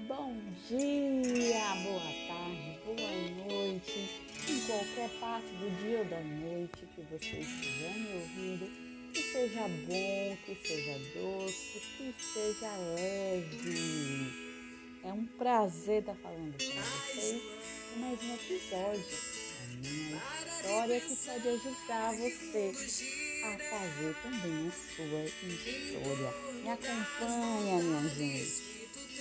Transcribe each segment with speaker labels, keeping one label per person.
Speaker 1: Bom dia, boa tarde, boa noite, em qualquer parte do dia ou da noite que você estiver me ouvindo, que seja bom, que seja doce, que seja leve. É um prazer estar falando para vocês em mais um episódio da minha história que pode ajudar você a fazer também a sua história. Me acompanha, minha gente.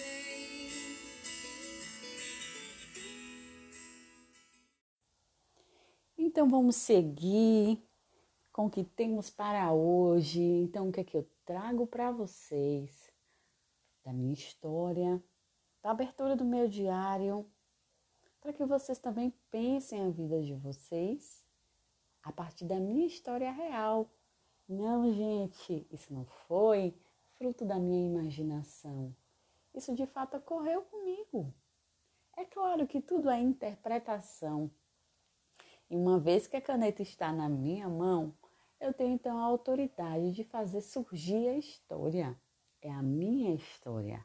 Speaker 1: Então vamos seguir com o que temos para hoje. Então o que é que eu trago para vocês da minha história, da abertura do meu diário, para que vocês também pensem a vida de vocês a partir da minha história real. Não, gente, isso não foi fruto da minha imaginação. Isso de fato ocorreu comigo. É claro que tudo é interpretação. E uma vez que a caneta está na minha mão, eu tenho então a autoridade de fazer surgir a história. É a minha história.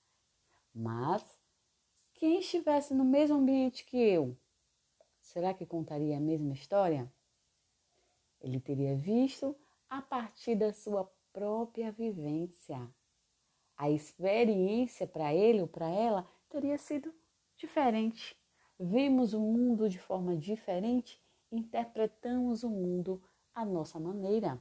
Speaker 1: Mas quem estivesse no mesmo ambiente que eu, será que contaria a mesma história? Ele teria visto a partir da sua própria vivência. A experiência para ele ou para ela teria sido diferente. Vimos o mundo de forma diferente, interpretamos o mundo à nossa maneira.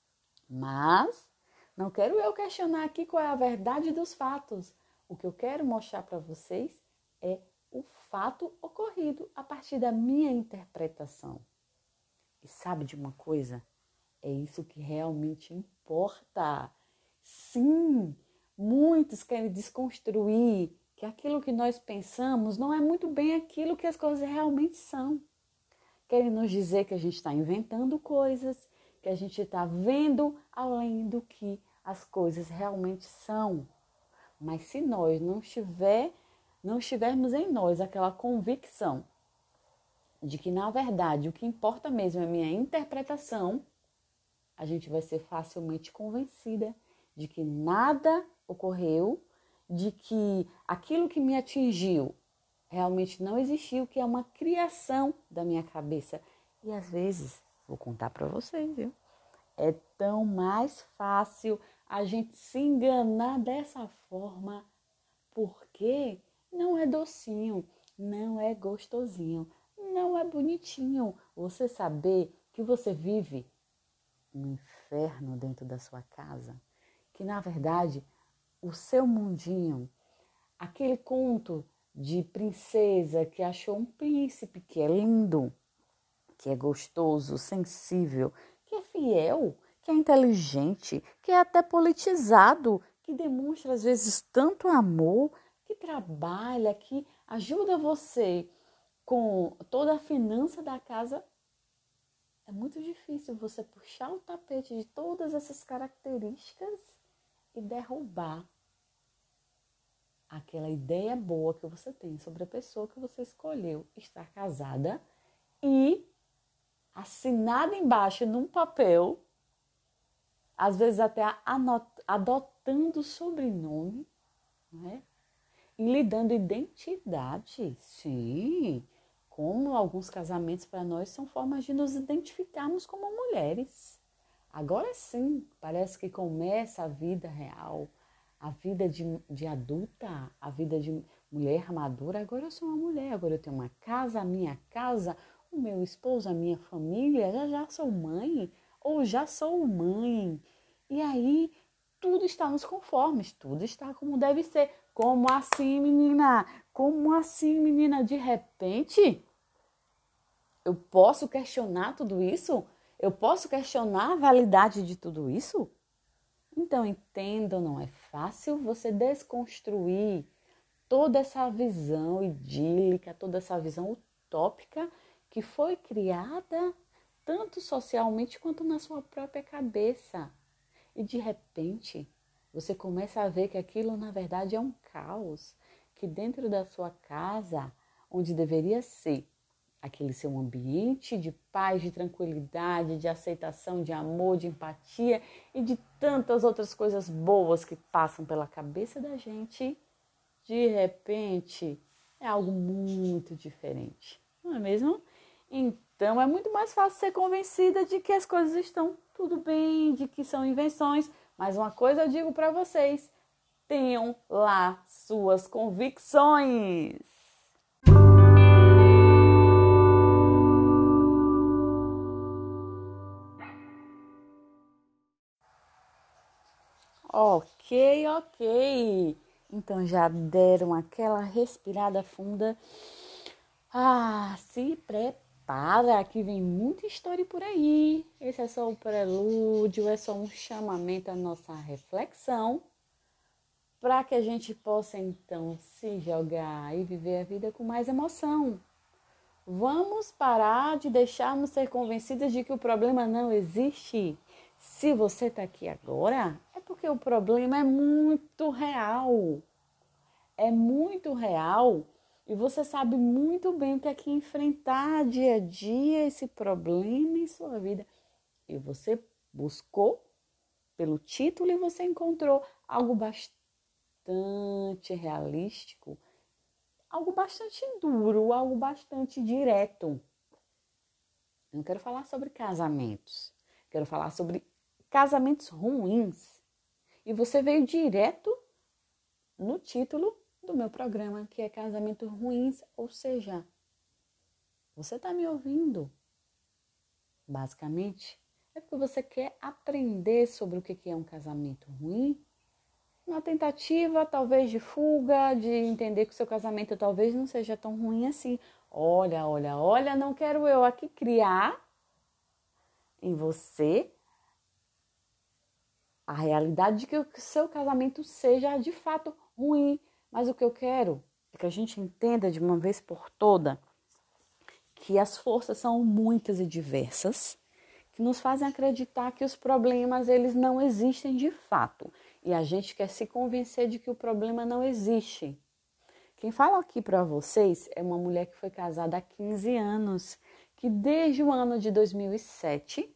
Speaker 1: Mas não quero eu questionar aqui qual é a verdade dos fatos. O que eu quero mostrar para vocês é o fato ocorrido a partir da minha interpretação. E sabe de uma coisa? É isso que realmente importa. Sim, muitos querem desconstruir que aquilo que nós pensamos não é muito bem aquilo que as coisas realmente são. Querem nos dizer que a gente está inventando coisas, que a gente está vendo além do que as coisas realmente são. Mas se nós não estivermos em nós aquela convicção de que, na verdade, o que importa mesmo é a minha interpretação, a gente vai ser facilmente convencida de que nada ocorreu, de que aquilo que me atingiu realmente não existiu, que é uma criação da minha cabeça. E às vezes, vou contar para vocês, viu? É tão mais fácil a gente se enganar dessa forma, porque não é docinho, não é gostosinho, não é bonitinho você saber que você vive um inferno dentro da sua casa, que na verdade o seu mundinho, aquele conto de princesa que achou um príncipe que é lindo, que é gostoso, sensível, que é fiel, que é inteligente, que é até politizado, que demonstra às vezes tanto amor, que trabalha, que ajuda você com toda a finança da casa. É muito difícil você puxar o tapete de todas essas características e derrubar aquela ideia boa que você tem sobre a pessoa que você escolheu estar casada e assinada embaixo num papel, às vezes até adotando o sobrenome, né? E lhe dando identidade. Sim, como alguns casamentos para nós são formas de nos identificarmos como mulheres. Agora sim, parece que começa a vida real, a vida de adulta, a vida de mulher madura. Agora eu sou uma mulher, agora eu tenho uma casa, a minha casa, o meu esposo, a minha família, já sou mãe ou já sou mãe. E aí tudo está nos conformes, tudo está como deve ser. Como assim, menina? Como assim, menina? De repente, eu posso questionar tudo isso? Eu posso questionar a validade de tudo isso? Então, entenda, não é fácil você desconstruir toda essa visão idílica, toda essa visão utópica que foi criada tanto socialmente quanto na sua própria cabeça. E de repente, você começa a ver que aquilo na verdade é um caos, que dentro da sua casa, onde deveria ser aquele seu ambiente de paz, de tranquilidade, de aceitação, de amor, de empatia e de tantas outras coisas boas que passam pela cabeça da gente, de repente é algo muito diferente, não é mesmo? Então é muito mais fácil ser convencida de que as coisas estão tudo bem, de que são invenções. Mas uma coisa eu digo para vocês: tenham lá suas convicções. Ok. Então já deram aquela respirada funda. Se prepara que vem muita história por aí. Esse é só o prelúdio, é só um chamamento à nossa reflexão, para que a gente possa então se jogar e viver a vida com mais emoção. Vamos parar de deixarmos ser convencidas de que o problema não existe. Se você está aqui agora, é porque o problema é muito real. É muito real e você sabe muito bem o que é que enfrentar dia a dia esse problema em sua vida. E você buscou pelo título e você encontrou algo bastante realístico, algo bastante duro, algo bastante direto. Eu não quero falar sobre casamentos, quero falar sobre casamentos ruins. E você veio direto no título do meu programa, que é Casamentos Ruins, ou seja, você está me ouvindo, basicamente, é porque você quer aprender sobre o que é um casamento ruim, uma tentativa talvez de fuga, de entender que o seu casamento talvez não seja tão ruim assim. Olha, não quero eu aqui criar em você a realidade de que o seu casamento seja de fato ruim, mas o que eu quero é que a gente entenda de uma vez por toda que as forças são muitas e diversas, que nos fazem acreditar que os problemas eles não existem de fato. E a gente quer se convencer de que o problema não existe. Quem fala aqui para vocês é uma mulher que foi casada há 15 anos, que desde o ano de 2007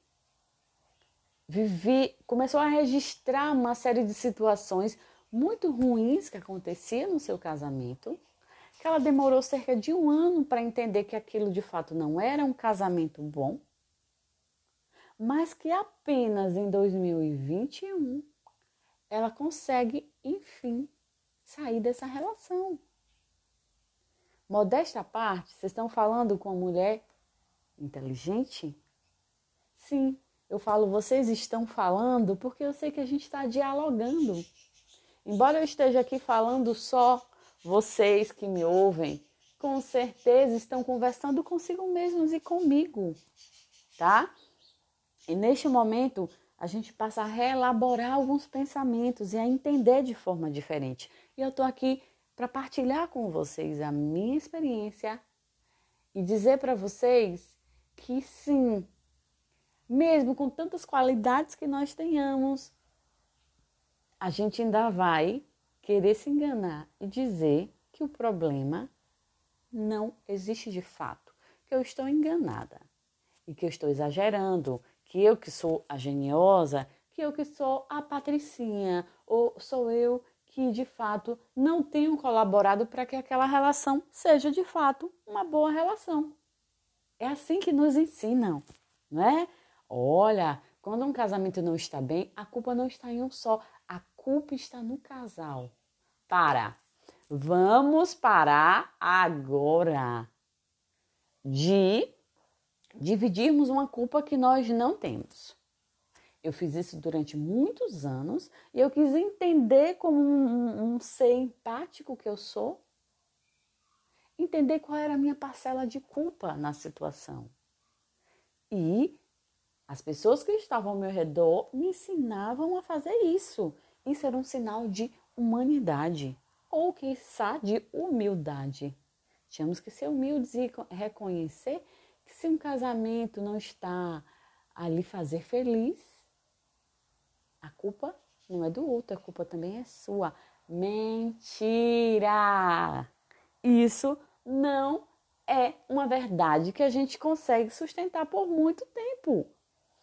Speaker 1: começou a registrar uma série de situações muito ruins que aconteciam no seu casamento, que ela demorou cerca de 1 ano para entender que aquilo de fato não era um casamento bom, mas que apenas em 2021 ela consegue, enfim, sair dessa relação. Modéstia à parte, vocês estão falando com uma mulher inteligente? Sim, eu falo, vocês estão falando porque eu sei que a gente está dialogando. Embora eu esteja aqui falando só, vocês que me ouvem, com certeza estão conversando consigo mesmos e comigo, tá? E neste momento, a gente passa a reelaborar alguns pensamentos e a entender de forma diferente. E eu estou aqui para partilhar com vocês a minha experiência e dizer para vocês que sim, mesmo com tantas qualidades que nós tenhamos, a gente ainda vai querer se enganar e dizer que o problema não existe de fato, que eu estou enganada e que eu estou exagerando, que eu que sou a geniosa, que eu que sou a patricinha, ou sou eu que de fato não tenho colaborado para que aquela relação seja de fato uma boa relação. É assim que nos ensinam, não é? Olha, quando um casamento não está bem, a culpa não está em um só, a culpa está no casal. Vamos parar agora de dividirmos uma culpa que nós não temos. Eu fiz isso durante muitos anos e eu quis entender como um ser empático que eu sou, entender qual era a minha parcela de culpa na situação. E as pessoas que estavam ao meu redor me ensinavam a fazer isso. Isso era um sinal de humanidade ou, quiçá, de humildade. Tínhamos que ser humildes e reconhecer que se um casamento não está ali fazer feliz, a culpa não é do outro, a culpa também é sua. Mentira! Isso não é uma verdade que a gente consegue sustentar por muito tempo.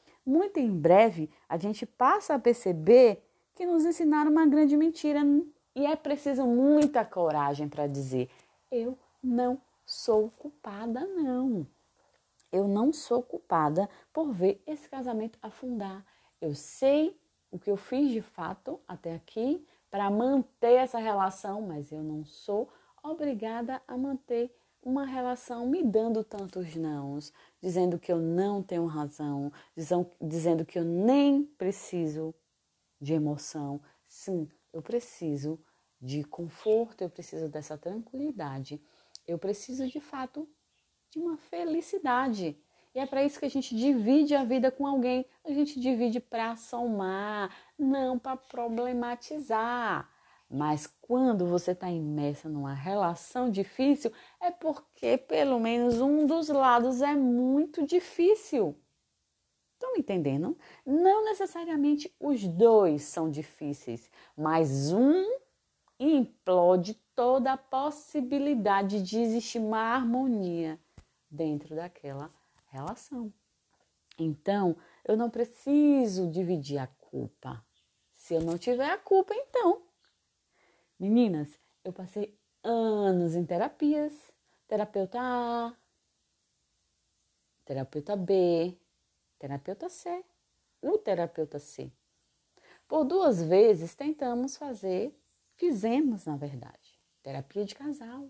Speaker 1: Muito em breve, a gente passa a perceber que nos ensinaram uma grande mentira E é preciso muita coragem para dizer: eu não sou culpada, não. Eu não sou culpada por ver esse casamento afundar. Eu sei o que eu fiz de fato até aqui para manter essa relação, mas eu não sou obrigada a manter uma relação me dando tantos nãos, dizendo que eu não tenho razão, dizendo que eu nem preciso de emoção. Sim, eu preciso de conforto, eu preciso dessa tranquilidade. Eu preciso, de fato, de uma felicidade. E é para isso que a gente divide a vida com alguém. A gente divide para somar, não para problematizar. Mas quando você está imersa numa relação difícil, é porque pelo menos um dos lados é muito difícil. Estão entendendo? Não necessariamente os dois são difíceis, mas um implode toda a possibilidade de existir uma harmonia dentro daquela relação. Então, eu não preciso dividir a culpa. Se eu não tiver a culpa, então. Meninas, eu passei anos em terapias, terapeuta A, terapeuta B, terapeuta C, o terapeuta C. Por 2 vezes fizemos na verdade, terapia de casal.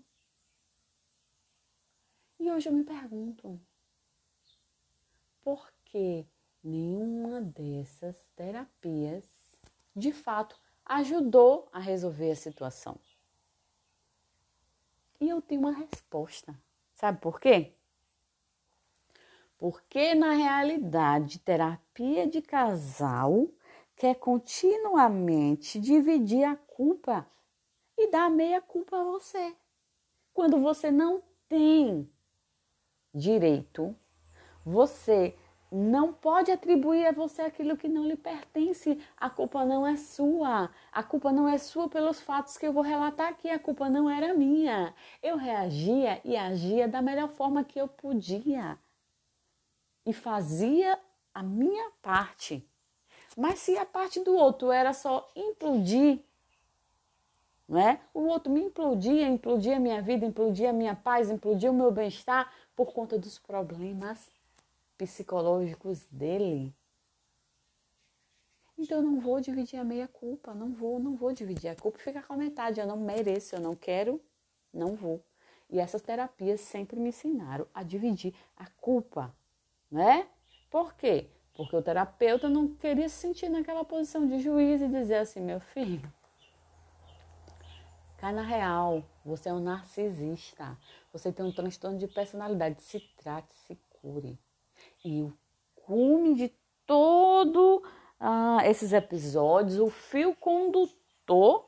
Speaker 1: E hoje eu me pergunto, por que nenhuma dessas terapias, de fato, ajudou a resolver a situação? E eu tenho uma resposta. Sabe por quê? Porque, na realidade, terapia de casal quer continuamente dividir a culpa e dar meia culpa a você. Quando você não tem direito, você não pode atribuir a você aquilo que não lhe pertence. A culpa não é sua. A culpa não é sua pelos fatos que eu vou relatar aqui. A culpa não era minha. Eu reagia e agia da melhor forma que eu podia. E fazia a minha parte. Mas se a parte do outro era só implodir, não é? O outro me implodia a minha vida, implodia a minha paz, implodia o meu bem-estar por conta dos problemas psicológicos dele. Então eu não vou dividir a meia culpa, não vou dividir a culpa, fica com a metade, eu não mereço, eu não quero, não vou. E essas terapias sempre me ensinaram a dividir a culpa, né? Por quê? Porque o terapeuta não queria se sentir naquela posição de juiz e dizer assim, meu filho, cai na real, você é um narcisista, você tem um transtorno de personalidade, se trate, se cure. E o cume de todo esses episódios, o fio condutor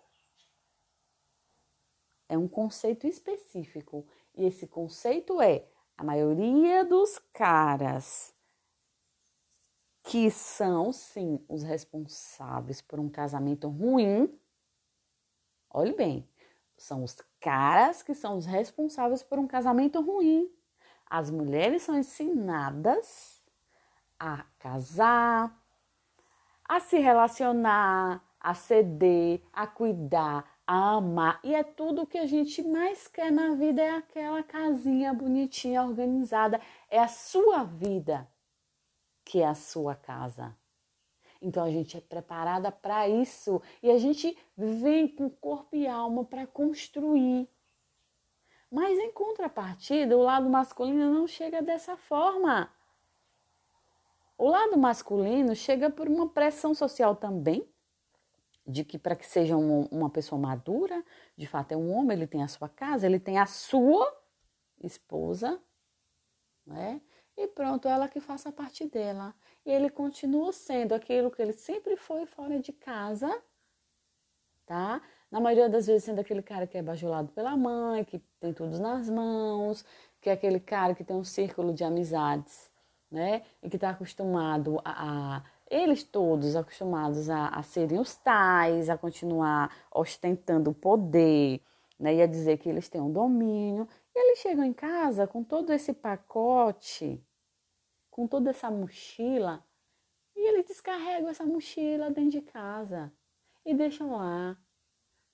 Speaker 1: é um conceito específico. E esse conceito é a maioria dos caras que são, sim, os responsáveis por um casamento ruim. Olhe bem, são os caras que são os responsáveis por um casamento ruim. As mulheres são ensinadas a casar, a se relacionar, a ceder, a cuidar, a amar. E é tudo o que a gente mais quer na vida, é aquela casinha bonitinha, organizada. É a sua vida que é a sua casa. Então a gente é preparada para isso e a gente vem com corpo e alma para construir. Mas em contrapartida, o lado masculino não chega dessa forma. O lado masculino chega por uma pressão social também, de que para que seja uma pessoa madura, de fato é um homem, ele tem a sua casa, ele tem a sua esposa, né? E pronto, ela que faça parte dela. E ele continua sendo aquilo que ele sempre foi fora de casa, tá? Na maioria das vezes sendo aquele cara que é bajulado pela mãe, que tem tudo nas mãos, que é aquele cara que tem um círculo de amizades, né? E que está acostumado eles todos acostumados a serem os tais, a continuar ostentando o poder, né? E a dizer que eles têm um domínio. E eles chegam em casa com todo esse pacote, com toda essa mochila, e eles descarregam essa mochila dentro de casa e deixam lá.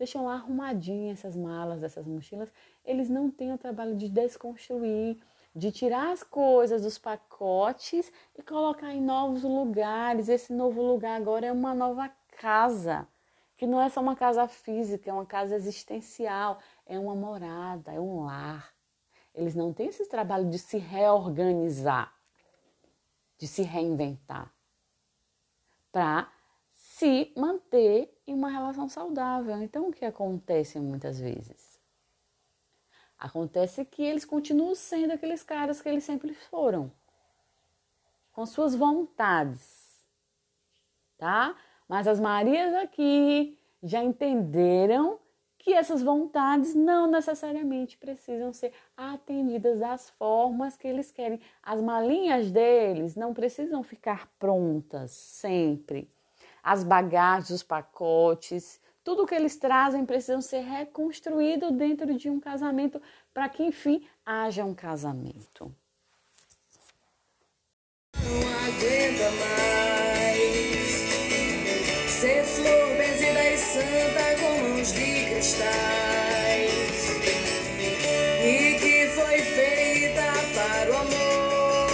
Speaker 1: deixam lá arrumadinhas essas malas, essas mochilas. Eles não têm o trabalho de desconstruir, de tirar as coisas dos pacotes e colocar em novos lugares. Esse novo lugar agora é uma nova casa, que não é só uma casa física, é uma casa existencial, é uma morada, é um lar. Eles não têm esse trabalho de se reorganizar, de se reinventar, para se manter em uma relação saudável. Então, o que acontece muitas vezes? Acontece que eles continuam sendo aqueles caras que eles sempre foram, com suas vontades, tá? Mas as Marias aqui já entenderam que essas vontades não necessariamente precisam ser atendidas das formas que eles querem. As malinhas deles não precisam ficar prontas sempre. As bagagens, os pacotes, tudo que eles trazem precisam ser reconstruído dentro de um casamento para que, enfim, haja um casamento.
Speaker 2: Não aguenta mais ser flor benzida e santa com mãos de cristais e que foi feita para o amor.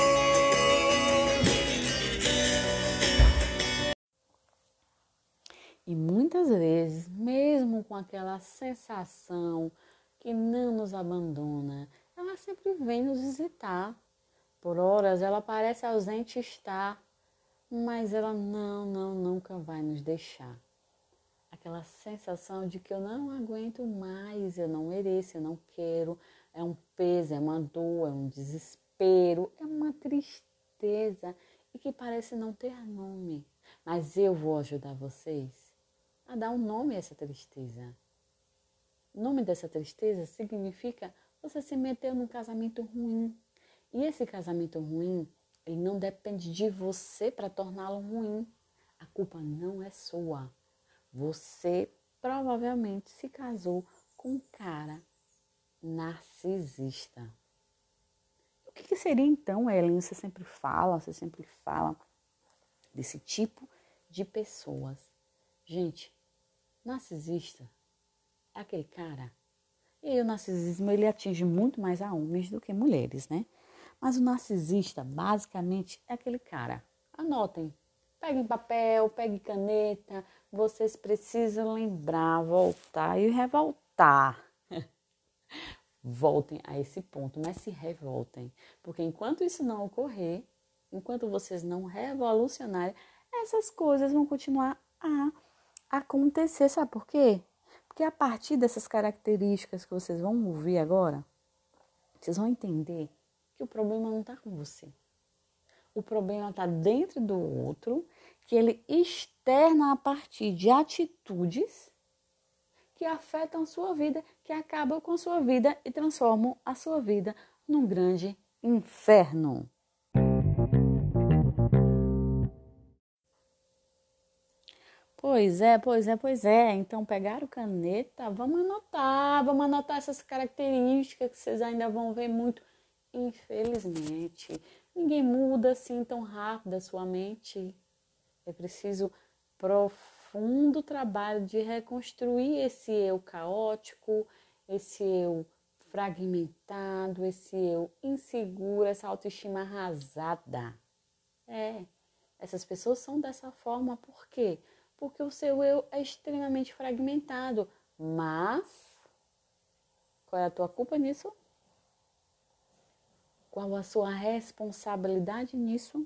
Speaker 1: E muitas vezes, mesmo com aquela sensação que não nos abandona, ela sempre vem nos visitar. Por horas ela parece ausente estar, mas ela nunca vai nos deixar. Aquela sensação de que eu não aguento mais, eu não mereço, eu não quero, é um peso, é uma dor, é um desespero, é uma tristeza e que parece não ter nome. Mas eu vou ajudar vocês a dar um nome a essa tristeza. O nome dessa tristeza significa você se meteu num casamento ruim. E esse casamento ruim, ele não depende de você para torná-lo ruim. A culpa não é sua. Você provavelmente se casou com um cara narcisista. O que seria então, Ellen? Você sempre fala desse tipo de pessoas. Gente, narcisista é aquele cara. E o narcisismo ele atinge muito mais a homens do que mulheres, né? Mas o narcisista, basicamente, é aquele cara. Anotem. Peguem papel, peguem caneta. Vocês precisam lembrar, voltar e revoltar. Voltem a esse ponto, mas se revoltem. Porque enquanto isso não ocorrer, enquanto vocês não revolucionarem, essas coisas vão continuar a acontecer. Sabe por quê? Porque a partir dessas características que vocês vão ouvir agora, vocês vão entender que o problema não está com você. O problema está dentro do outro, que ele externa a partir de atitudes que afetam a sua vida, que acabam com a sua vida e transformam a sua vida num grande inferno. Pois é. Então, pegaram caneta, vamos anotar essas características que vocês ainda vão ver muito. Infelizmente, ninguém muda assim tão rápido a sua mente. É preciso profundo trabalho de reconstruir esse eu caótico, esse eu fragmentado, esse eu inseguro, essa autoestima arrasada. Essas pessoas são dessa forma, por quê? Porque o seu eu é extremamente fragmentado. Mas, qual é a tua culpa nisso? Qual a sua responsabilidade nisso?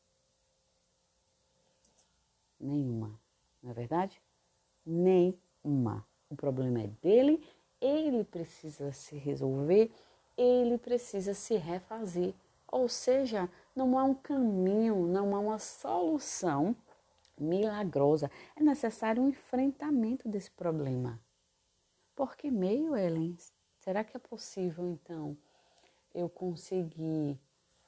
Speaker 1: Nenhuma, não é verdade? Nenhuma. O problema é dele, ele precisa se resolver, ele precisa se refazer. Ou seja, não há um caminho, não há uma solução milagrosa. É necessário um enfrentamento desse problema. Por que meio, Ellen? Será que é possível, então, eu conseguir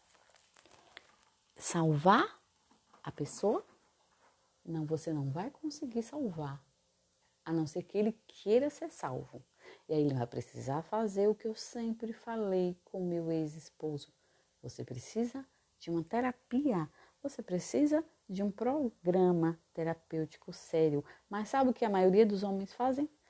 Speaker 1: salvar a pessoa? Não, você não vai conseguir salvar, a não ser que ele queira ser salvo. E aí ele vai precisar fazer o que eu sempre falei com meu ex-esposo. Você precisa de uma terapia, você precisa de um programa terapêutico sério. Mas sabe o que a maioria dos homens fazem?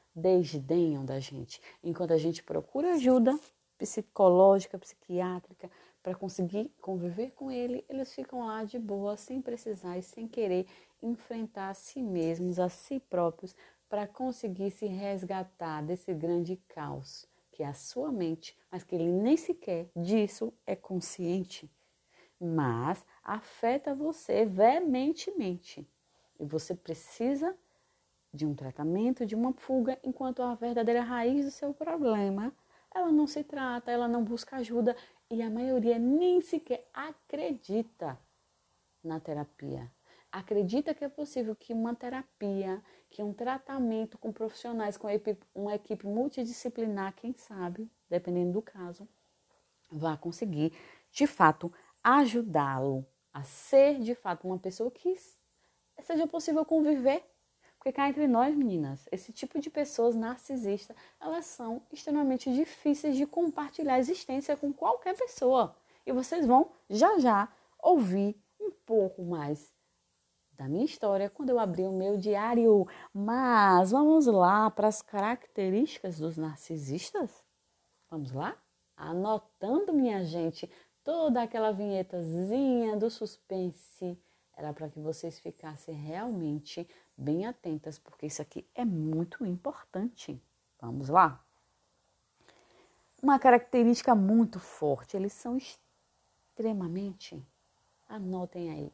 Speaker 1: desdenham da gente. Enquanto a gente procura ajuda psicológica, psiquiátrica, para conseguir conviver com ele, eles ficam lá de boa, sem precisar e sem querer enfrentar a si mesmos, a si próprios, para conseguir se resgatar desse grande caos que é a sua mente, mas que ele nem sequer disso é consciente, mas afeta você veementemente. E você precisa de um tratamento, de uma fuga, enquanto a verdadeira raiz do seu problema, ela não se trata, ela não busca ajuda e a maioria nem sequer acredita na terapia. Acredita que é possível que uma terapia, que um tratamento com profissionais, com uma equipe multidisciplinar, quem sabe, dependendo do caso, vá conseguir, de fato, ajudá-lo a ser, de fato, uma pessoa que seja possível conviver. Porque cá entre nós, meninas, esse tipo de pessoas narcisistas, elas são extremamente difíceis de compartilhar a existência com qualquer pessoa. E vocês vão, já, ouvir um pouco mais da minha história quando eu abrir o meu diário. Mas vamos lá para as características dos narcisistas? Vamos lá? Anotando, minha gente, toda aquela vinhetazinha do suspense. Era para que vocês ficassem realmente bem atentas, porque isso aqui é muito importante. Vamos lá? Uma característica muito forte, eles são extremamente, anotem aí,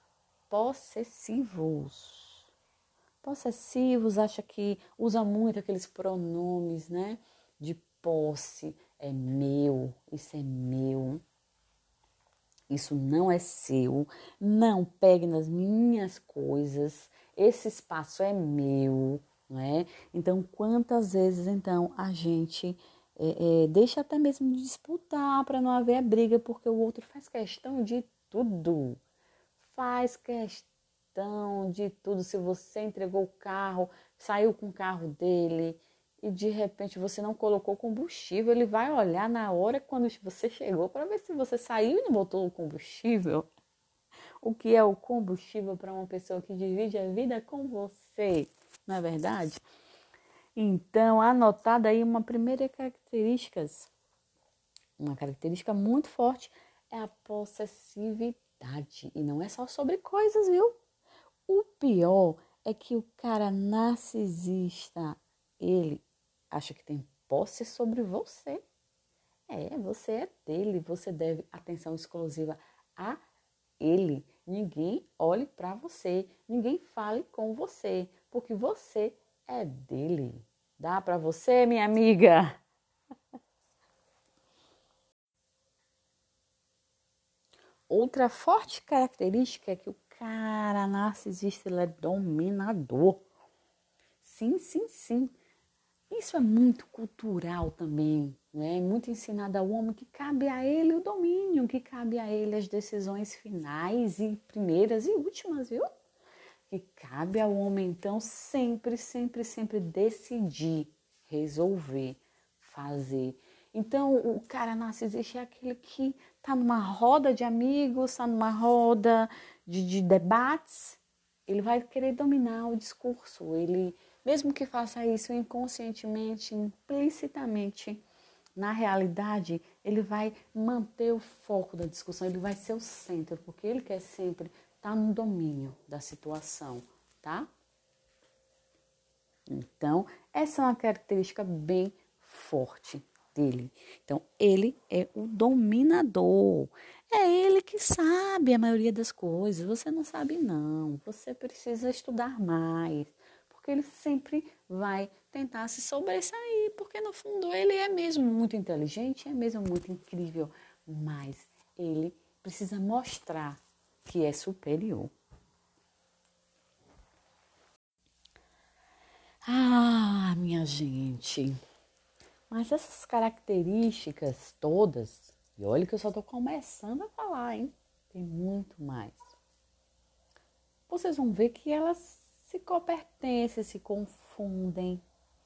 Speaker 1: possessivos. Possessivos, acha que usa muito aqueles pronomes, né? De posse, é meu, isso é meu. Isso não é seu, não pegue nas minhas coisas, esse espaço é meu, não é? Então, quantas vezes, então, a gente deixa até mesmo de disputar para não haver a briga, porque o outro faz questão de tudo, faz questão de tudo. Se você entregou o carro, saiu com o carro dele, e de repente você não colocou combustível, ele vai olhar na hora quando você chegou para ver se você saiu e não botou o combustível. O que é o combustível para uma pessoa que divide a vida com você, não é verdade? Então, anotada aí uma característica muito forte é a possessividade. E não é só sobre coisas, viu? O pior é que o cara narcisista, ele acha que tem posse sobre você. Você é dele, você deve atenção exclusiva a ele. Ninguém olhe para você, ninguém fale com você, porque você é dele. Dá para você, minha amiga? Outra forte característica é que o cara narcisista, ele é dominador. Sim, sim, sim. Isso é muito cultural também, né? Muito ensinado ao homem que cabe a ele o domínio, que cabe a ele as decisões finais e primeiras e últimas, viu? Que cabe ao homem, então, sempre, sempre, sempre decidir, resolver, fazer. Então, o cara narcisista é aquele que está numa roda de amigos, está numa roda de debates, ele vai querer dominar o discurso, ele, mesmo que faça isso inconscientemente, implicitamente, na realidade, ele vai manter o foco da discussão, ele vai ser o centro, porque ele quer sempre estar no domínio da situação, tá? Então, essa é uma característica bem forte dele. Então, ele é o dominador. É ele que sabe a maioria das coisas. Você não sabe, não. Você precisa estudar mais. Porque ele sempre vai tentar se sobressair. Porque, no fundo, ele é mesmo muito inteligente, é mesmo muito incrível. Mas ele precisa mostrar que é superior. Ah, minha gente, mas essas características todas, e olha que eu só estou começando a falar, hein? Tem muito mais. Vocês vão ver que elas se copertencem, se confundem.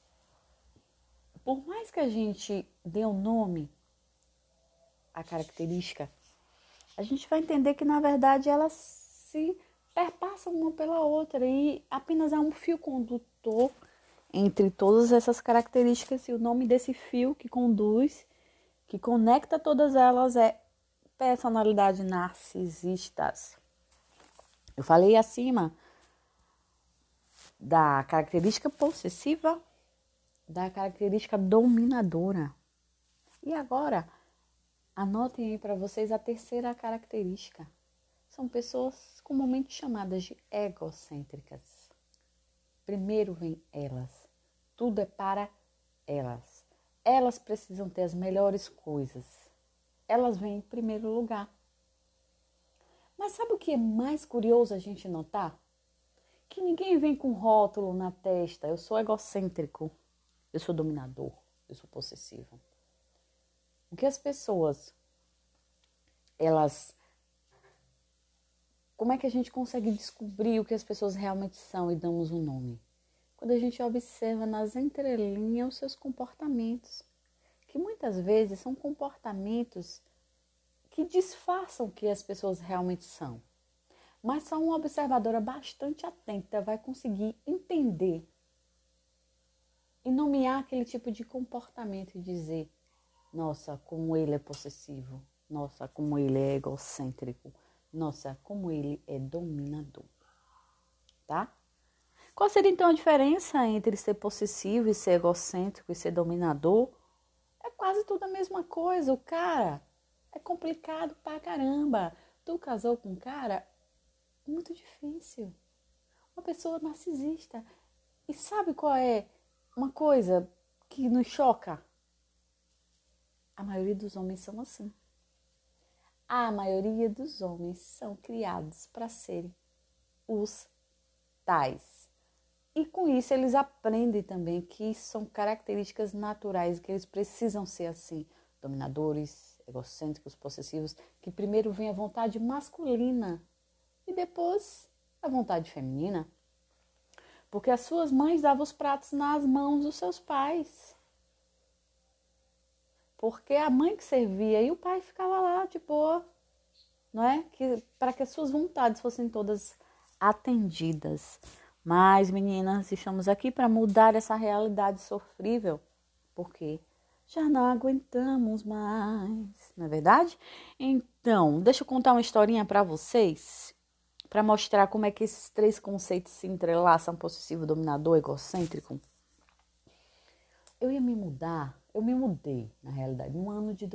Speaker 1: Por mais que a gente dê um nome à característica, a gente vai entender que, na verdade, elas se perpassam uma pela outra e apenas há um fio condutor entre todas essas características, e o nome desse fio que conduz, que conecta todas elas é personalidade narcisistas. Eu falei acima da característica possessiva, da característica dominadora. E agora, anotem aí para vocês a terceira característica. São pessoas comumente chamadas de egocêntricas. Primeiro vem elas. Tudo é para elas. Elas precisam ter as melhores coisas. Elas vêm em primeiro lugar. Mas sabe o que é mais curioso a gente notar? Que ninguém vem com rótulo na testa. Eu sou egocêntrico. Eu sou dominador. Eu sou possessivo. O que as pessoas, como é que a gente consegue descobrir o que as pessoas realmente são e damos um nome? Quando a gente observa nas entrelinhas os seus comportamentos, que muitas vezes são comportamentos que disfarçam o que as pessoas realmente são. Mas só uma observadora bastante atenta vai conseguir entender e nomear aquele tipo de comportamento e dizer: nossa, como ele é possessivo, nossa, como ele é egocêntrico, nossa, como ele é dominador, tá? Qual seria então a diferença entre ser possessivo e ser egocêntrico e ser dominador? É quase tudo a mesma coisa. O cara é complicado pra caramba. Tu casou com um cara muito difícil. Uma pessoa narcisista. E sabe qual é uma coisa que nos choca? A maioria dos homens são assim. A maioria dos homens são criados para serem os tais. E com isso eles aprendem também que são características naturais, que eles precisam ser assim. Dominadores, egocêntricos, possessivos, que primeiro vem a vontade masculina e depois a vontade feminina. Porque as suas mães davam os pratos nas mãos dos seus pais. Porque a mãe que servia e o pai ficava lá de boa, não é? Para que as suas vontades fossem todas atendidas. Mas, meninas, estamos aqui para mudar essa realidade sofrível, porque já não aguentamos mais, não é verdade? Então, deixa eu contar uma historinha para vocês, para mostrar como é que esses três conceitos se entrelaçam: possessivo, dominador, egocêntrico. Eu me mudei, na realidade, no ano de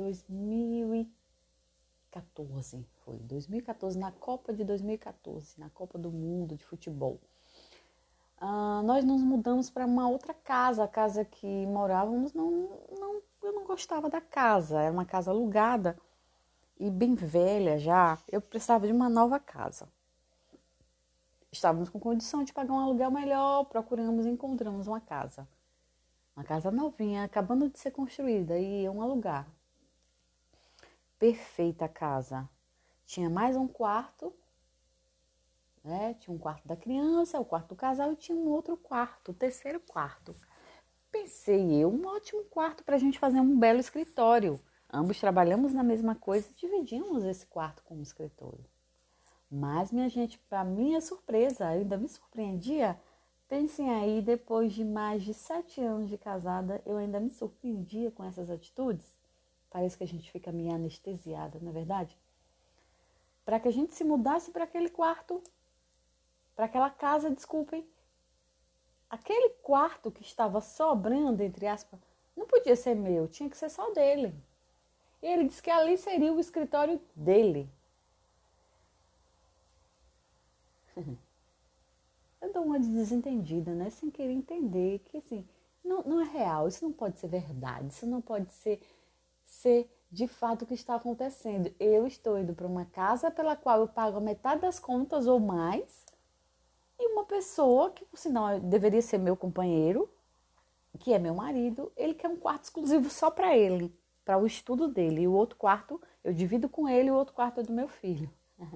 Speaker 1: 2014, foi 2014, na Copa de 2014, na Copa do Mundo de Futebol. Nós nos mudamos para uma outra casa, a casa que morávamos, eu não gostava da casa, era uma casa alugada e bem velha já, eu precisava de uma nova casa. Estávamos com condição de pagar um aluguel melhor, procuramos e encontramos uma casa novinha, acabando de ser construída, e iam alugar. Perfeita a casa, tinha mais um quarto, tinha um quarto da criança, o quarto do casal e tinha um outro quarto, o terceiro quarto. Pensei eu, um ótimo quarto para a gente fazer um belo escritório. Ambos trabalhamos na mesma coisa e dividimos esse quarto como escritório. Mas, minha gente, para minha surpresa, eu ainda me surpreendia. Pensem aí, depois de mais de 7 anos de casada, eu ainda me surpreendia com essas atitudes. Parece que a gente fica meio anestesiada, não é verdade? Para que a gente se mudasse para aquele quarto, para aquela casa, desculpem, aquele quarto que estava sobrando, entre aspas, não podia ser meu, tinha que ser só dele. E ele disse que ali seria o escritório dele. Eu dou uma de desentendida, né? Sem querer entender que, assim, não é real, isso não pode ser verdade, isso não pode ser de fato o que está acontecendo. Eu estou indo para uma casa pela qual eu pago a metade das contas ou mais, e uma pessoa que, por sinal, deveria ser meu companheiro, que é meu marido, ele quer um quarto exclusivo só para ele, para o estudo dele. E o outro quarto eu divido com ele, e o outro quarto é do meu filho.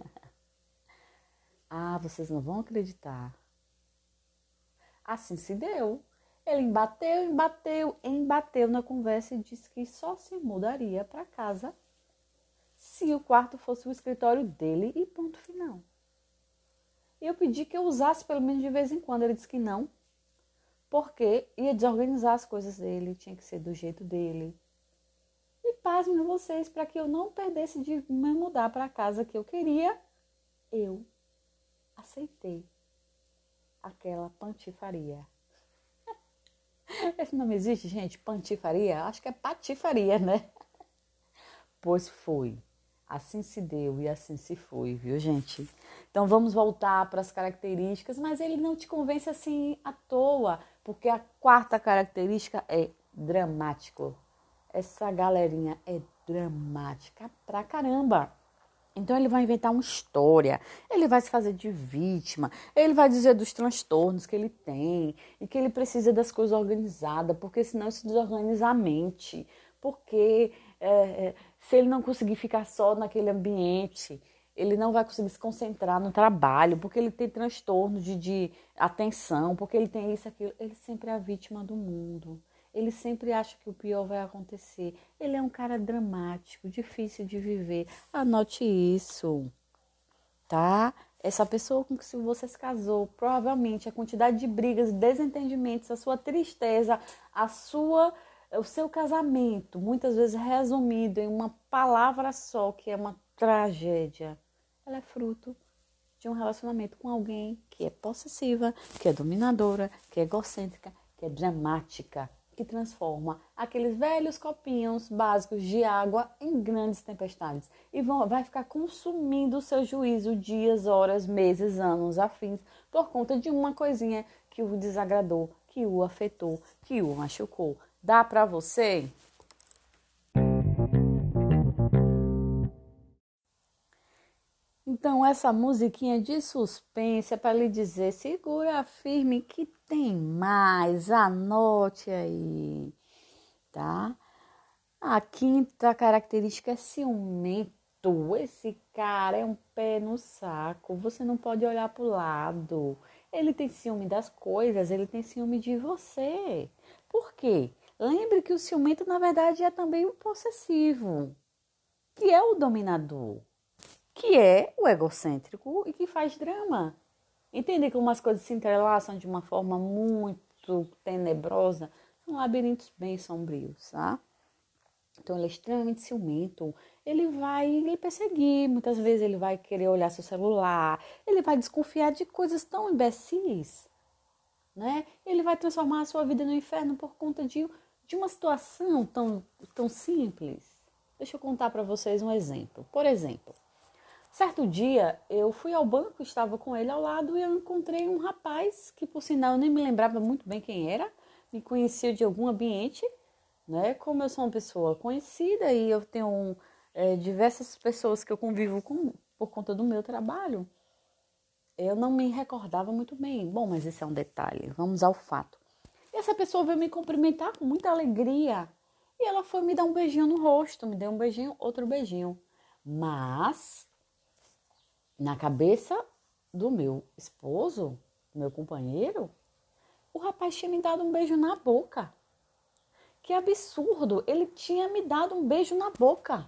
Speaker 1: Ah, vocês não vão acreditar. Assim se deu. Ele embateu na conversa e disse que só se mudaria para casa se o quarto fosse o escritório dele e ponto final. Eu pedi que eu usasse pelo menos de vez em quando. Ele disse que não, porque ia desorganizar as coisas dele, tinha que ser do jeito dele. E pasmem vocês, para que eu não perdesse de me mudar para a casa que eu queria, eu aceitei aquela pantifaria. Esse nome existe, gente? Pantifaria? Acho que é patifaria, né? Pois foi. Assim se deu e assim se foi, viu, gente? Então vamos voltar para as características, mas ele não te convence assim à toa, porque a quarta característica é dramático. Essa galerinha é dramática pra caramba. Então ele vai inventar uma história, ele vai se fazer de vítima, ele vai dizer dos transtornos que ele tem e que ele precisa das coisas organizadas, porque senão isso desorganiza a mente. Porque se ele não conseguir ficar só naquele ambiente, ele não vai conseguir se concentrar no trabalho, porque ele tem transtorno de atenção, porque ele tem isso, aquilo. Ele sempre é a vítima do mundo. Ele sempre acha que o pior vai acontecer. Ele é um cara dramático, difícil de viver. Anote isso, tá? Essa pessoa com que você se casou, provavelmente a quantidade de brigas, desentendimentos, a sua tristeza, o seu casamento, muitas vezes resumido em uma palavra só, que é uma tragédia. Ela é fruto de um relacionamento com alguém que é possessiva, que é dominadora, que é egocêntrica, que é dramática, que transforma aqueles velhos copinhos básicos de água em grandes tempestades e vai ficar consumindo o seu juízo dias, horas, meses, anos, afins, por conta de uma coisinha que o desagradou, que o afetou, que o machucou. Dá pra você? Então, essa musiquinha de suspense é para lhe dizer, segura firme que tem mais, anote aí, tá? A quinta característica é ciumento. Esse cara é um pé no saco, você não pode olhar para o lado. Ele tem ciúme das coisas, ele tem ciúme de você. Por quê? Lembre que o ciumento, na verdade, é também o possessivo, que é o dominador, que é o egocêntrico e que faz drama. Entender como as coisas se entrelaçam de uma forma muito tenebrosa, são labirintos bem sombrios, tá? Então ele é extremamente ciumento, ele vai lhe perseguir, muitas vezes ele vai querer olhar seu celular, ele vai desconfiar de coisas tão imbecis, né? Ele vai transformar a sua vida no inferno por conta de uma situação tão simples. Deixa eu contar para vocês um exemplo. Por exemplo, certo dia, eu fui ao banco, estava com ele ao lado e eu encontrei um rapaz que, por sinal, eu nem me lembrava muito bem quem era, me conhecia de algum ambiente, né? Como eu sou uma pessoa conhecida e eu tenho diversas pessoas que eu convivo com por conta do meu trabalho, eu não me recordava muito bem. Bom, mas esse é um detalhe, vamos ao fato. E essa pessoa veio me cumprimentar com muita alegria e ela foi me dar um beijinho no rosto, me deu um beijinho, outro beijinho. Mas na cabeça do meu esposo, do meu companheiro, o rapaz tinha me dado um beijo na boca. Que absurdo! Ele tinha me dado um beijo na boca.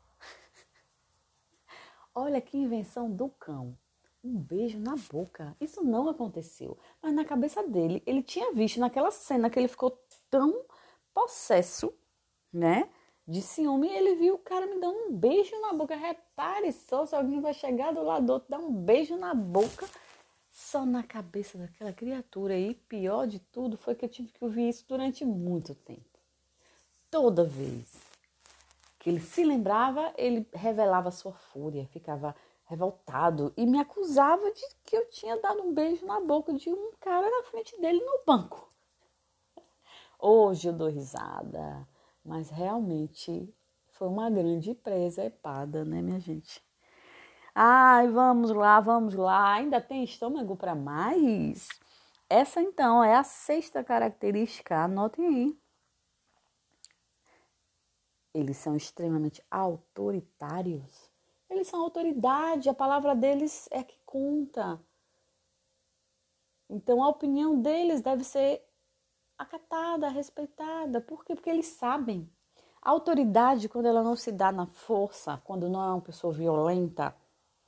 Speaker 1: Olha que invenção do cão. Um beijo na boca. Isso não aconteceu. Mas na cabeça dele, ele tinha visto naquela cena que ele ficou tão possesso, né? De ciúme, ele viu o cara me dando um beijo na boca. Repare só, se alguém vai chegar do lado do outro, dar um beijo na boca, só na cabeça daquela criatura. E pior de tudo foi que eu tive que ouvir isso durante muito tempo. Toda vez que ele se lembrava, ele revelava sua fúria, ficava revoltado e me acusava de que eu tinha dado um beijo na boca de um cara na frente dele no banco. Hoje eu dou risada, mas realmente foi uma grande presepada, né, minha gente? Ai, vamos lá, ainda tem estômago para mais? Essa então é a sexta característica, anotem aí. Eles são extremamente autoritários. Eles são autoridade, a palavra deles é que conta. Então a opinião deles deve ser acatada, respeitada. Por quê? Porque eles sabem. A autoridade, quando ela não se dá na força, quando não é uma pessoa violenta,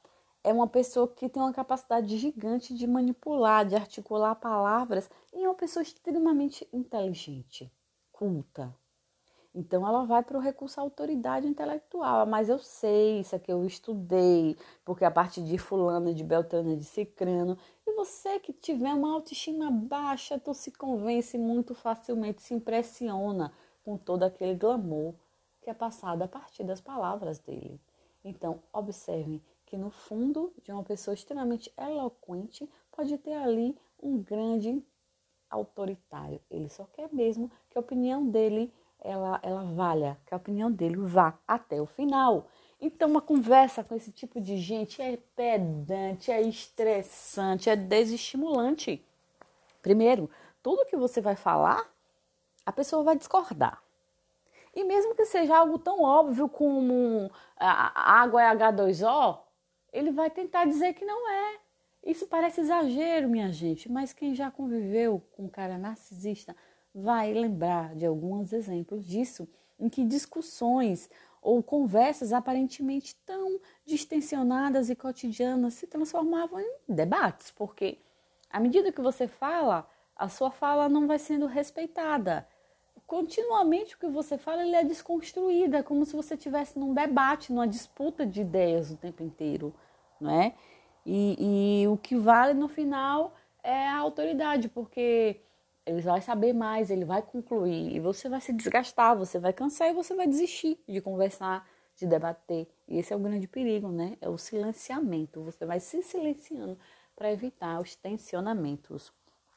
Speaker 1: é uma pessoa que tem uma capacidade gigante de manipular, de articular palavras, e é uma pessoa extremamente inteligente, culta. Então, ela vai para o recurso à autoridade intelectual. Mas eu sei, isso aqui eu estudei, porque a partir de fulano, de beltrano, de cicrano. E você que tiver uma autoestima baixa, tu se convence muito facilmente, se impressiona com todo aquele glamour que é passado a partir das palavras dele. Então, observem que no fundo de uma pessoa extremamente eloquente, pode ter ali um grande autoritário. Ele só quer mesmo que a opinião dele ela valha, que a opinião dele vá até o final. Então, uma conversa com esse tipo de gente é pedante, é estressante, é desestimulante. Primeiro, tudo que você vai falar, a pessoa vai discordar. E mesmo que seja algo tão óbvio como a água é H2O, ele vai tentar dizer que não é. Isso parece exagero, minha gente, mas quem já conviveu com um cara narcisista vai lembrar de alguns exemplos disso, em que discussões ou conversas aparentemente tão distensionadas e cotidianas se transformavam em debates, porque à medida que você fala, a sua fala não vai sendo respeitada. Continuamente o que você fala ele é desconstruído, é como se você estivesse num debate, numa disputa de ideias o tempo inteiro, não é? E o que vale no final é a autoridade, porque ele vai saber mais, ele vai concluir, e você vai se desgastar, você vai cansar e você vai desistir de conversar, de debater. E esse é o grande perigo, né? É o silenciamento, você vai se silenciando para evitar os tensionamentos.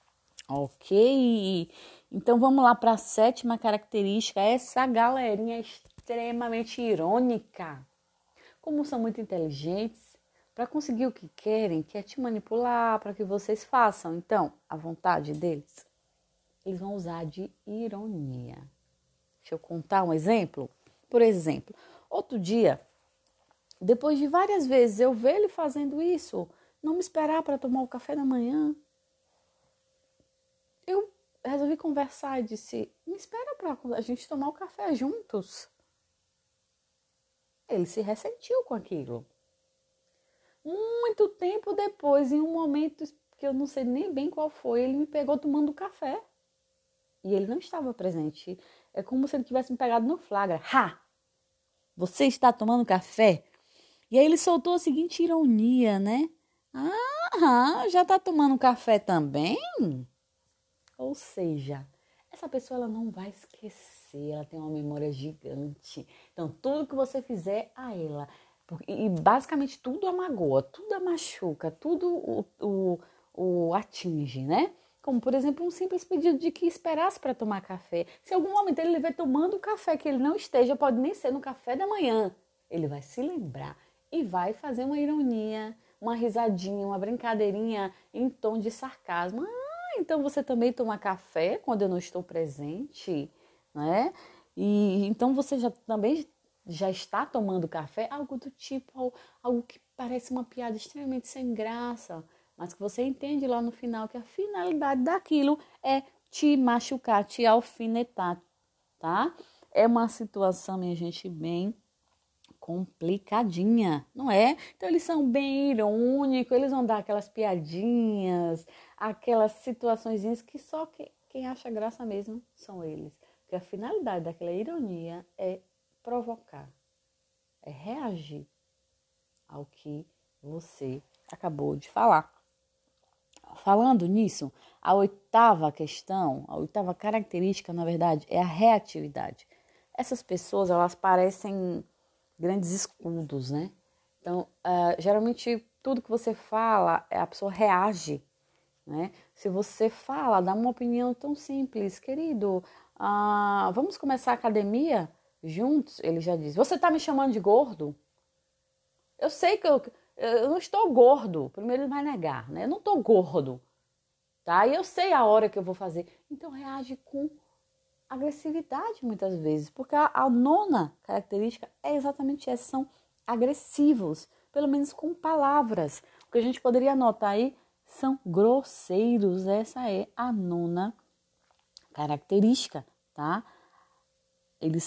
Speaker 1: Ok, então vamos lá para a sétima característica. Essa galerinha é extremamente irônica. Como são muito inteligentes, para conseguir o que querem, quer te manipular para que vocês façam. Então, a vontade deles, eles vão usar de ironia. Deixa eu contar um exemplo. Por exemplo, outro dia, depois de várias vezes eu ver ele fazendo isso, não me esperar para tomar o café da manhã, eu resolvi conversar e disse, me espera para a gente tomar o café juntos. Ele se ressentiu com aquilo. Muito tempo depois, em um momento que eu não sei nem bem qual foi, ele me pegou tomando café. E ele não estava presente. É como se ele tivesse me pegado no flagra. Ha! Você está tomando café? E aí ele soltou a seguinte ironia, né? Ah, já está tomando café também? Ou seja, essa pessoa ela não vai esquecer, ela tem uma memória gigante. Então, tudo que você fizer a ela, e basicamente tudo a magoa, tudo a machuca, tudo o atinge, né? Como, por exemplo, um simples pedido de que esperasse para tomar café. Se em algum momento ele estiver tomando café que ele não esteja, pode nem ser no café da manhã, ele vai se lembrar e vai fazer uma ironia, uma risadinha, uma brincadeirinha em tom de sarcasmo. Então você também toma café quando eu não estou presente, né? E então você também já está tomando café, algo do tipo, algo que parece uma piada extremamente sem graça, mas que você entende lá no final que a finalidade daquilo é te machucar, te alfinetar, tá? É uma situação, minha gente, bem complicadinha, não é? Então eles são bem irônicos, eles vão dar aquelas piadinhas, aquelas situações que só quem acha graça mesmo são eles. Porque a finalidade daquela ironia é provocar, é reagir ao que você acabou de falar. Falando nisso, a oitava questão, a oitava característica, na verdade, é a reatividade. Essas pessoas, elas parecem grandes escudos, né? Então, geralmente, tudo que você fala, a pessoa reage, né? Se você fala, dá uma opinião tão simples, querido, vamos começar a academia juntos? Ele já diz, você tá me chamando de gordo? Eu sei que eu não estou gordo, primeiro ele vai negar, né? Eu não estou gordo, tá? E eu sei a hora que eu vou fazer. Então, reage com agressividade muitas vezes, porque a nona característica é exatamente essa, são agressivos, pelo menos com palavras. O que a gente poderia anotar aí são grosseiros, essa é a nona característica, tá? Eles são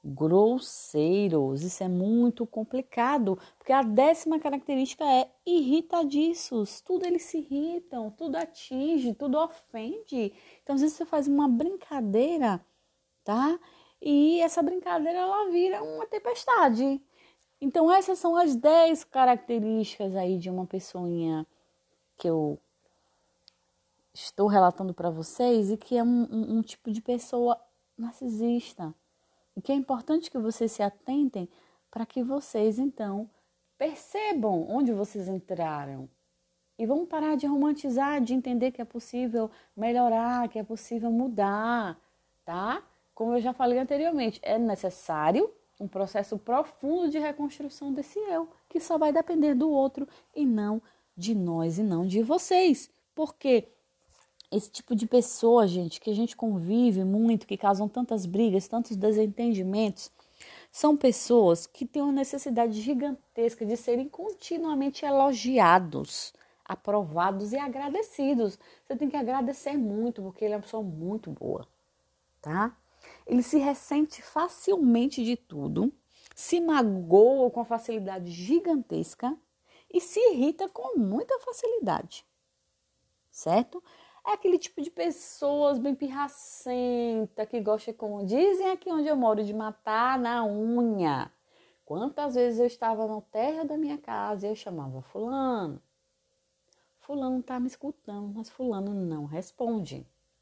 Speaker 1: grosseiros. Isso é muito complicado, porque a 10ª característica é irritadiços. Tudo eles se irritam, tudo atinge, tudo ofende. Então, às vezes você faz uma brincadeira, tá? E essa brincadeira, ela vira uma tempestade. Então, essas são as 10 características aí de uma pessoinha que eu estou relatando para vocês e que é um tipo de pessoa narcisista. E que é importante que vocês se atentem para que vocês, então, percebam onde vocês entraram. E vamos parar de romantizar, de entender que é possível melhorar, que é possível mudar, tá? Como eu já falei anteriormente, é necessário um processo profundo de reconstrução desse eu, que só vai depender do outro e não de nós e não de vocês. Porque esse tipo de pessoa, gente, que a gente convive muito, que causam tantas brigas, tantos desentendimentos, são pessoas que têm uma necessidade gigantesca de serem continuamente elogiados, aprovados e agradecidos. Você tem que agradecer muito, porque ele é uma pessoa muito boa, tá? Ele se ressente facilmente de tudo, se magoa com facilidade gigantesca e se irrita com muita facilidade, certo? É aquele tipo de pessoas bem pirracenta, que gosta, como dizem aqui onde eu moro, de matar na unha. Quantas vezes eu estava no térreo da minha casa e eu chamava fulano. Fulano tá me escutando, mas fulano não responde.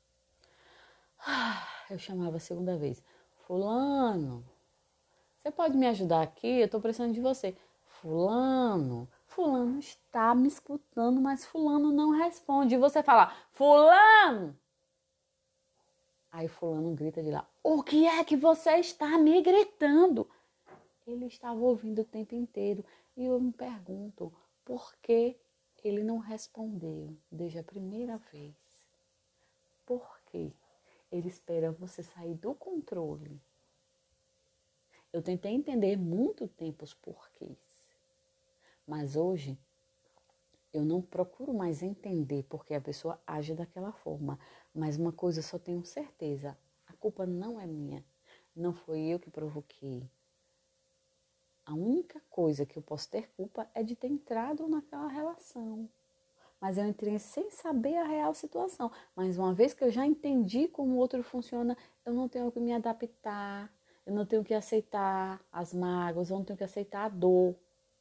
Speaker 1: Eu chamava a segunda vez. Fulano, você pode me ajudar aqui? Eu tô precisando de você. Fulano está me escutando, mas fulano não responde. E você fala, fulano! Aí fulano grita de lá, o que é que você está me gritando? Ele estava ouvindo o tempo inteiro. E eu me pergunto, por que ele não respondeu desde a primeira vez? Por quê? Ele espera você sair do controle. Eu tentei entender muito tempo os porquês. Mas hoje, eu não procuro mais entender porque a pessoa age daquela forma. Mas uma coisa eu só tenho certeza. A culpa não é minha. Não foi eu que provoquei. A única coisa que eu posso ter culpa é de ter entrado naquela relação. Mas eu entrei sem saber a real situação. Mas uma vez que eu já entendi como o outro funciona, eu não tenho que me adaptar. Eu não tenho que aceitar as mágoas, eu não tenho que aceitar a dor.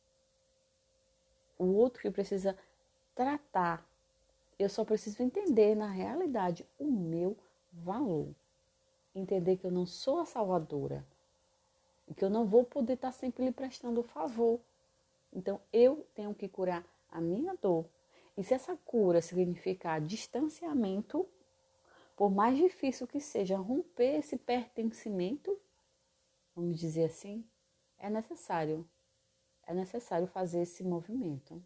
Speaker 1: O outro que precisa tratar. Eu só preciso entender, na realidade, o meu valor. Entender que eu não sou a salvadora. E que eu não vou poder estar sempre lhe prestando favor. Então, eu tenho que curar a minha dor. E se essa cura significar distanciamento, por mais difícil que seja romper esse pertencimento, vamos dizer assim, é necessário. É necessário fazer esse movimento.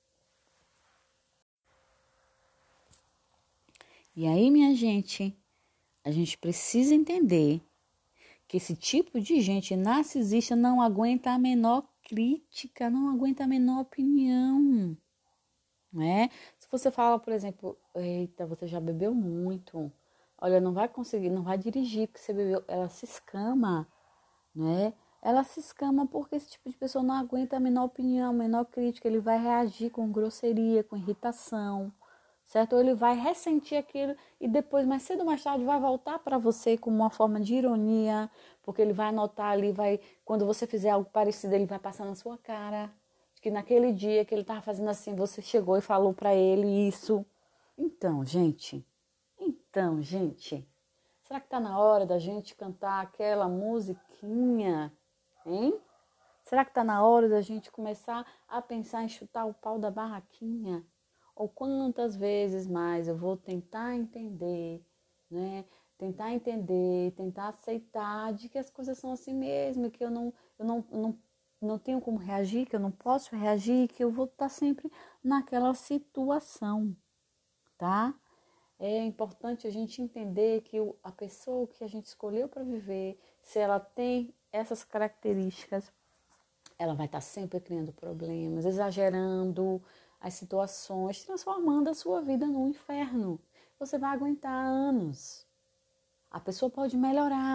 Speaker 1: E aí, minha gente, a gente precisa entender que esse tipo de gente narcisista não aguenta a menor crítica, não aguenta a menor opinião, né? Se você fala, por exemplo, eita, você já bebeu muito, olha, não vai conseguir, não vai dirigir porque você bebeu, ela se escama, né? Ela se escama porque esse tipo de pessoa não aguenta a menor opinião, a menor crítica, ele vai reagir com grosseria, com irritação, certo? Ou ele vai ressentir aquilo e depois, mais cedo ou mais tarde, vai voltar para você como uma forma de ironia, porque ele vai anotar ali, quando você fizer algo parecido, ele vai passar na sua cara, que naquele dia que ele estava fazendo assim, você chegou e falou para ele isso. Então, gente, será que está na hora da gente cantar aquela musiquinha, hein? Será que está na hora da gente começar a pensar em chutar o pau da barraquinha? Ou quantas vezes mais eu vou tentar entender, né? Tentar aceitar de que as coisas são assim mesmo, que eu não tenho como reagir, que eu não posso reagir, que eu vou estar sempre naquela situação, tá? É importante a gente entender que a pessoa que a gente escolheu para viver, se ela tem essas características, ela vai estar sempre criando problemas, exagerando as situações, transformando a sua vida num inferno. Você vai aguentar anos. A pessoa pode melhorar,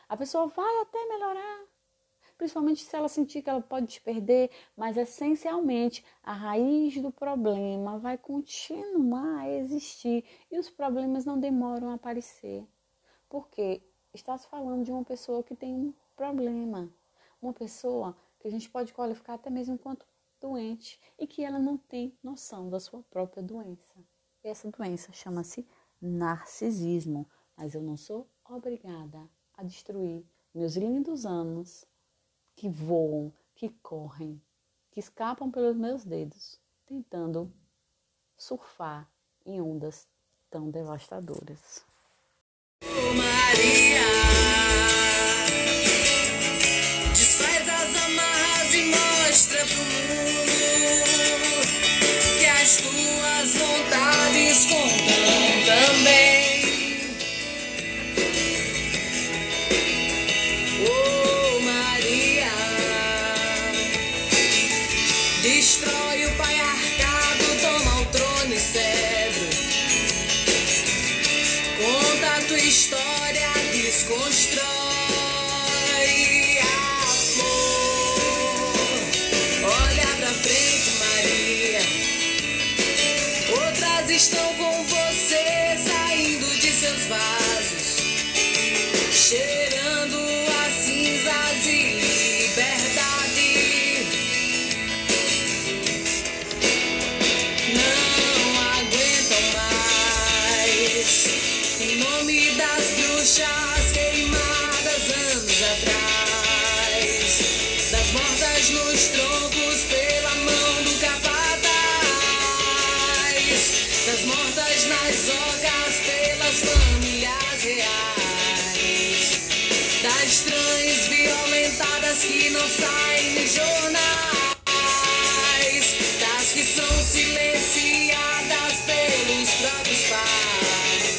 Speaker 1: A pessoa vai até melhorar, principalmente se ela sentir que ela pode te perder, mas essencialmente a raiz do problema vai continuar a existir e os problemas não demoram a aparecer. Porque está se falando de uma pessoa que tem um problema, uma pessoa que a gente pode qualificar até mesmo enquanto doente e que ela não tem noção da sua própria doença. Essa doença chama-se narcisismo, mas eu não sou obrigada a destruir meus lindos anos que voam, que correm, que escapam pelos meus dedos, tentando surfar em ondas tão devastadoras.
Speaker 2: Maria, desfaz as amarras e mostra pro mundo que as tuas vontades contam também. Oh Maria, destrói o patriarcado, toma o trono e cedro. Conta a tua história, desconstrói a flor. Olha pra frente, Maria. Outras estão com você, saindo de seus vasos, cheirando a cinzas e liberdade. Não aguentam mais. Em nome das bruxas queimadas anos atrás, das mortas nos troncos pela mão do capataz, das mortas nas ocas pelas famílias reais, das trans violentadas que não saem nos jornais, das que são silenciadas pelos próprios pais.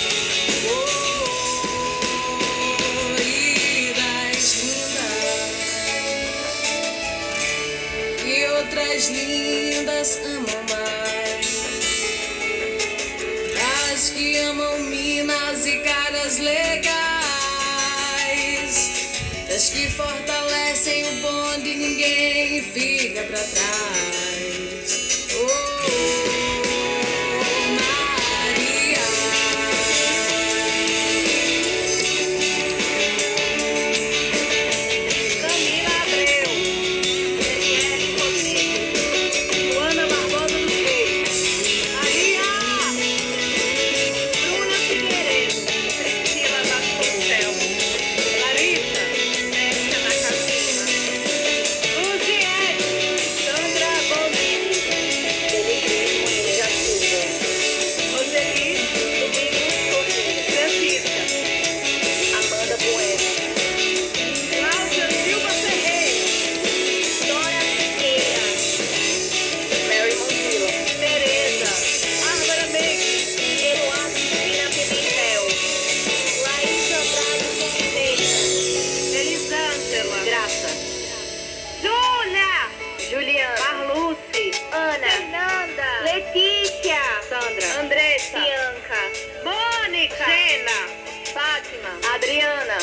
Speaker 2: Outras lindas amam mais, as que amam minas e caras legais, as que fortalecem o bonde, ninguém fica pra trás. Oh, Adriana.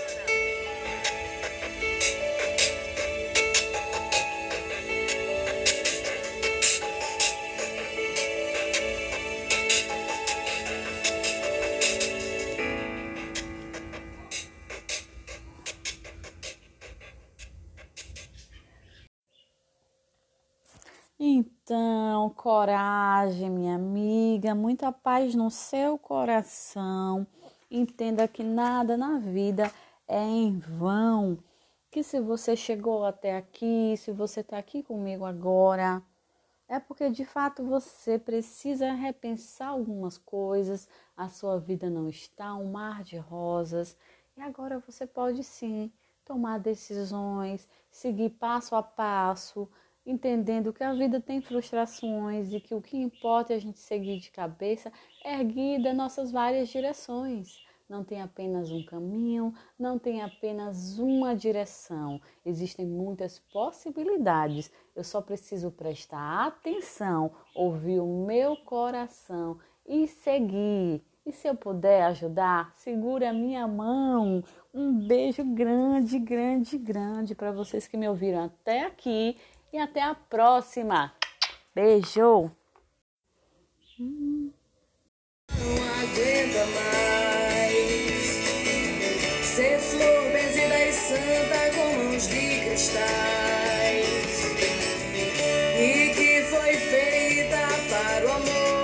Speaker 1: Então, coragem, minha amiga, muita paz no seu coração. Entenda que nada na vida é em vão. Que se você chegou até aqui, se você está aqui comigo agora, é porque de fato você precisa repensar algumas coisas. A sua vida não está um mar de rosas. E agora você pode sim tomar decisões, seguir passo a passo, entendendo que a vida tem frustrações e que o que importa é a gente seguir de cabeça erguida nossas várias direções. Não tem apenas um caminho, não tem apenas uma direção. Existem muitas possibilidades. Eu só preciso prestar atenção, ouvir o meu coração e seguir. E se eu puder ajudar, segura a minha mão. Um beijo grande, grande, grande para vocês que me ouviram até aqui e até a próxima. Beijo!
Speaker 2: Não aguenta mais ser flor benzida e santa com mãos de cristais e que foi feita para o amor.